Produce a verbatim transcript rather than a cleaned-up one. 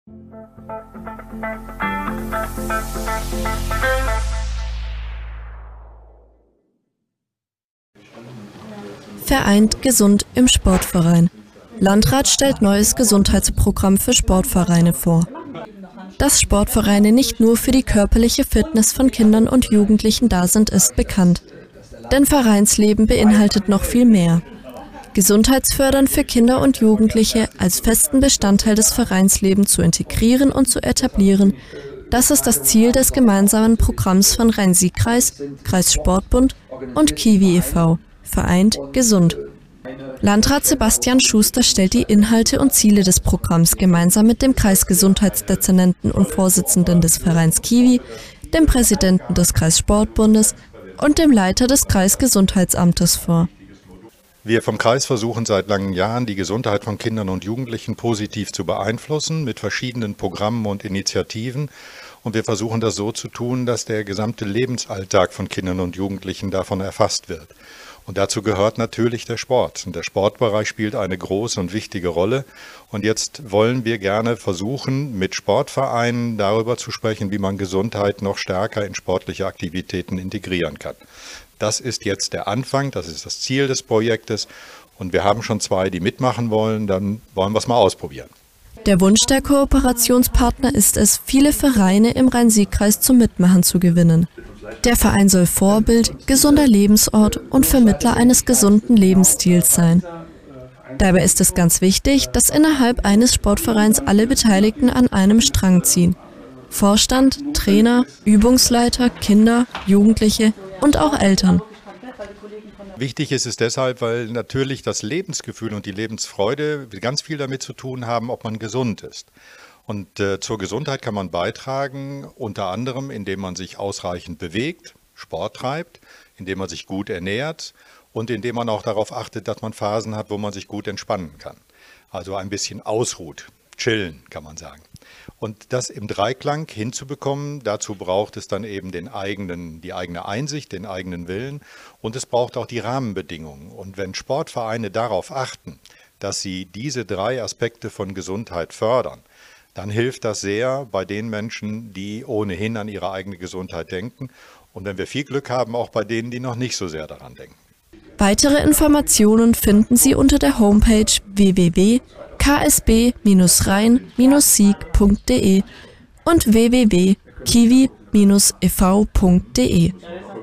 Vereint gesund im Sportverein. Landrat stellt neues Gesundheitsprogramm für Sportvereine vor. Dass Sportvereine nicht nur für die körperliche Fitness von Kindern und Jugendlichen da sind, ist bekannt. Denn Vereinsleben beinhaltet noch viel mehr. Gesundheitsfördern für Kinder und Jugendliche als festen Bestandteil des Vereinslebens zu integrieren und zu etablieren, das ist das Ziel des gemeinsamen Programms von Rhein-Sieg-Kreis, Kreissportbund und Kiwi e V, Vereint gesund. Landrat Sebastian Schuster stellt die Inhalte und Ziele des Programms gemeinsam mit dem Kreisgesundheitsdezernenten und Vorsitzenden des Vereins Kiwi, dem Präsidenten des Kreissportbundes und dem Leiter des Kreisgesundheitsamtes vor. Wir vom Kreis versuchen seit langen Jahren, die Gesundheit von Kindern und Jugendlichen positiv zu beeinflussen mit verschiedenen Programmen und Initiativen. Und wir versuchen das so zu tun, dass der gesamte Lebensalltag von Kindern und Jugendlichen davon erfasst wird. Und dazu gehört natürlich der Sport. Und der Sportbereich spielt eine große und wichtige Rolle. Und jetzt wollen wir gerne versuchen, mit Sportvereinen darüber zu sprechen, wie man Gesundheit noch stärker in sportliche Aktivitäten integrieren kann. Das ist jetzt der Anfang, das ist das Ziel des Projektes. Und wir haben schon zwei, die mitmachen wollen. Dann wollen wir es mal ausprobieren. Der Wunsch der Kooperationspartner ist es, viele Vereine im Rhein-Sieg-Kreis zum Mitmachen zu gewinnen. Der Verein soll Vorbild, gesunder Lebensort und Vermittler eines gesunden Lebensstils sein. Dabei ist es ganz wichtig, dass innerhalb eines Sportvereins alle Beteiligten an einem Strang ziehen. Vorstand, Trainer, Übungsleiter, Kinder, Jugendliche und auch Eltern. Wichtig ist es deshalb, weil natürlich das Lebensgefühl und die Lebensfreude ganz viel damit zu tun haben, ob man gesund ist. Und äh, zur Gesundheit kann man beitragen, unter anderem, indem man sich ausreichend bewegt, Sport treibt, indem man sich gut ernährt und indem man auch darauf achtet, dass man Phasen hat, wo man sich gut entspannen kann. Also ein bisschen ausruht, chillen, kann man sagen. Und das im Dreiklang hinzubekommen, dazu braucht es dann eben den eigenen, die eigene Einsicht, den eigenen Willen und es braucht auch die Rahmenbedingungen. Und wenn Sportvereine darauf achten, dass sie diese drei Aspekte von Gesundheit fördern, dann hilft das sehr bei den Menschen, die ohnehin an ihre eigene Gesundheit denken und wenn wir viel Glück haben, auch bei denen, die noch nicht so sehr daran denken. Weitere Informationen finden Sie unter der Homepage w w w punkt k s b rhein sieg punkt de und w w w punkt kiwi e v punkt de.